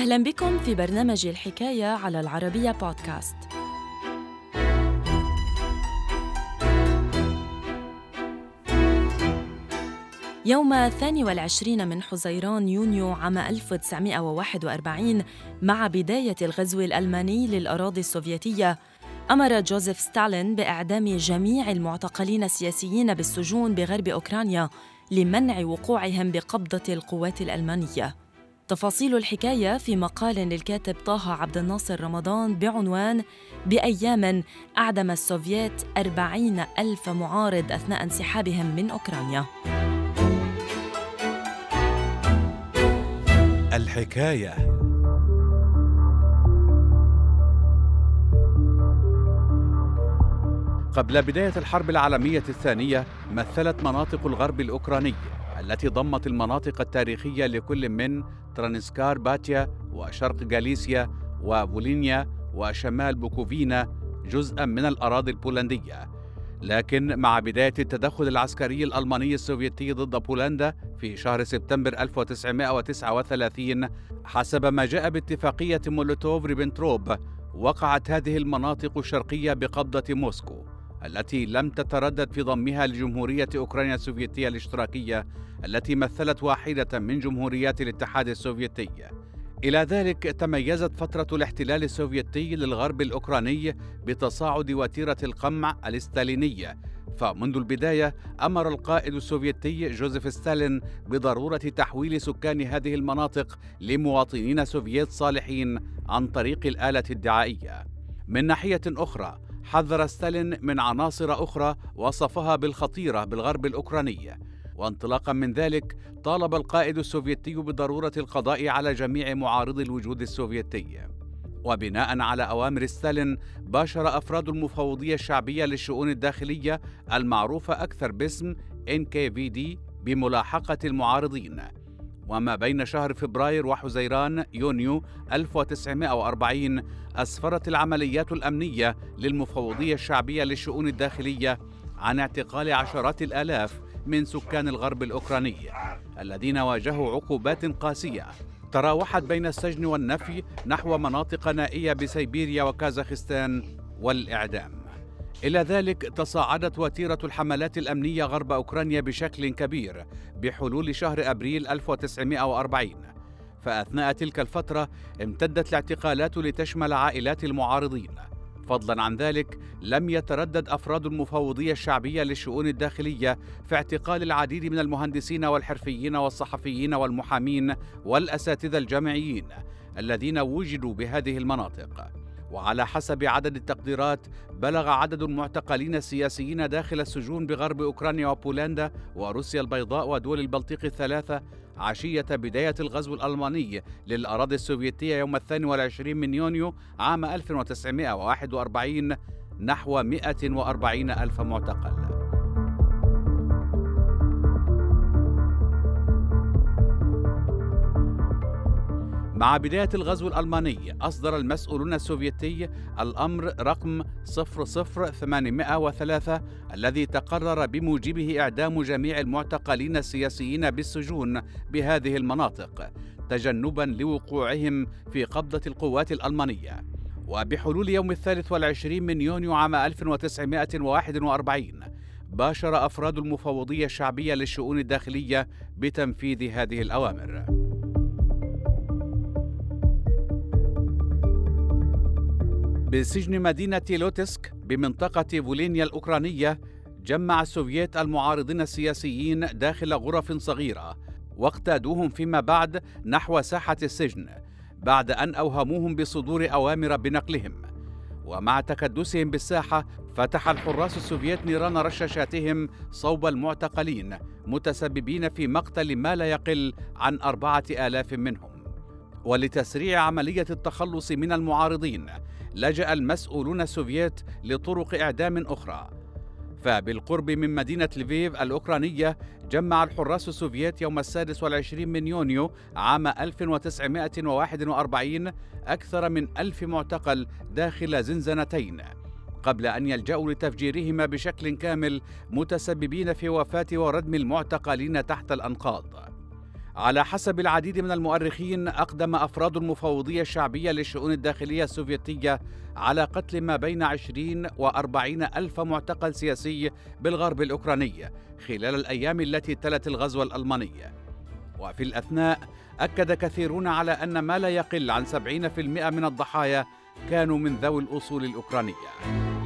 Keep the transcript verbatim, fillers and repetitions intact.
أهلاً بكم في برنامج الحكاية على العربية بودكاست. يوم الثاني والعشرين من حزيران يونيو عام ألف وتسعمائة وواحد وأربعين، مع بداية الغزو الألماني للأراضي السوفيتية، أمر جوزيف ستالين بإعدام جميع المعتقلين السياسيين بالسجون بغرب أوكرانيا لمنع وقوعهم بقبضة القوات الألمانية. تفاصيل الحكاية في مقال للكاتب طه عبد الناصر رمضان بعنوان بأيام أعدم السوفييت أربعين ألف معارض أثناء انسحابهم من أوكرانيا. الحكاية. قبل بداية الحرب العالمية الثانية، مثلت مناطق الغرب الأوكراني التي ضمت المناطق التاريخية لكل من ترانسكارباتيا وشرق غاليسيا وفولينيا وشمال بوكوفينا جزءاً من الأراضي البولندية. لكن مع بداية التدخل العسكري الألماني السوفيتي ضد بولندا في شهر سبتمبر ألف وتسعمائة وتسعة وثلاثين، حسب ما جاء باتفاقية مولوتوف ريبنتروب، وقعت هذه المناطق الشرقية بقبضة موسكو، التي لم تتردد في ضمها لجمهورية أوكرانيا السوفيتية الاشتراكية التي مثلت واحدة من جمهوريات الاتحاد السوفيتي. إلى ذلك، تميزت فترة الاحتلال السوفيتي للغرب الأوكراني بتصاعد وتيرة القمع الستالينية، فمنذ البداية أمر القائد السوفيتي جوزيف ستالين بضرورة تحويل سكان هذه المناطق لمواطنين سوفييت صالحين عن طريق الآلة الدعائية. من ناحية أخرى، حذر ستالين من عناصر أخرى وصفها بالخطيرة بالغرب الأوكراني، وانطلاقا من ذلك طالب القائد السوفيتي بضرورة القضاء على جميع معارضي الوجود السوفيتي. وبناء على أوامر ستالين، باشر أفراد المفوضية الشعبية للشؤون الداخلية المعروفة أكثر باسم إن كي في دي بملاحقة المعارضين. وما بين شهر فبراير وحزيران يونيو ألف وتسعمائة وأربعين، أسفرت العمليات الأمنية للمفوضية الشعبية للشؤون الداخلية عن اعتقال عشرات الآلاف من سكان الغرب الأوكراني الذين واجهوا عقوبات قاسية تراوحت بين السجن والنفي نحو مناطق نائية بسيبيريا وكازاخستان والإعدام. إلى ذلك، تصاعدت وتيرة الحملات الأمنية غرب أوكرانيا بشكل كبير بحلول شهر أبريل ألف وتسعمائة وأربعين، فأثناء تلك الفترة امتدت الاعتقالات لتشمل عائلات المعارضين. فضلاً عن ذلك، لم يتردد أفراد المفوضية الشعبية للشؤون الداخلية في اعتقال العديد من المهندسين والحرفيين والصحفيين والمحامين والأساتذة الجامعيين الذين وجدوا بهذه المناطق. وعلى حسب عدد التقديرات، بلغ عدد المعتقلين السياسيين داخل السجون بغرب أوكرانيا وبولندا وروسيا البيضاء ودول البلطيق الثلاثة عشية بداية الغزو الألماني للأراضي السوفيتية يوم الثاني والعشرين من يونيو عام ألف وتسعمائة وواحد وأربعين نحو مئة وأربعين ألف معتقل. مع بداية الغزو الألماني، أصدر المسؤولون السوفيتي الأمر رقم صفر صفر ثمانمائة وثلاثة الذي تقرر بموجبه إعدام جميع المعتقلين السياسيين بالسجون بهذه المناطق تجنباً لوقوعهم في قبضة القوات الألمانية. وبحلول يوم الثالث والعشرين من يونيو عام ألف وتسعمائة وواحد وأربعين، باشر أفراد المفوضية الشعبية للشؤون الداخلية بتنفيذ هذه الأوامر. بسجن مدينة لوتسك بمنطقة فولينيا الأوكرانية، جمع السوفييت المعارضين السياسيين داخل غرف صغيرة واقتادوهم فيما بعد نحو ساحة السجن بعد أن أوهموهم بصدور أوامر بنقلهم. ومع تكدسهم بالساحة، فتح الحراس السوفييت نيران رشاشاتهم صوب المعتقلين، متسببين في مقتل ما لا يقل عن أربعة آلاف منهم. ولتسريع عملية التخلص من المعارضين، لجأ المسؤولون السوفييت لطرق إعدام أخرى. فبالقرب من مدينة لفيف الأوكرانية، جمع الحراس السوفييت يوم السادس والعشرين من يونيو عام ألف وتسعمائة وواحد وأربعين أكثر من ألف معتقل داخل زنزانتين، قبل أن يلجأوا لتفجيرهما بشكل كامل، متسببين في وفاة وردم المعتقلين تحت الأنقاض. على حسب العديد من المؤرخين، أقدم أفراد المفوضية الشعبية للشؤون الداخلية السوفيتية على قتل ما بين عشرين وأربعين ألف معتقل سياسي بالغرب الأوكراني خلال الأيام التي تلت الغزو الألماني. وفي الأثناء أكد كثيرون على أن ما لا يقل عن سبعين بالمئة من الضحايا كانوا من ذوي الأصول الأوكرانية.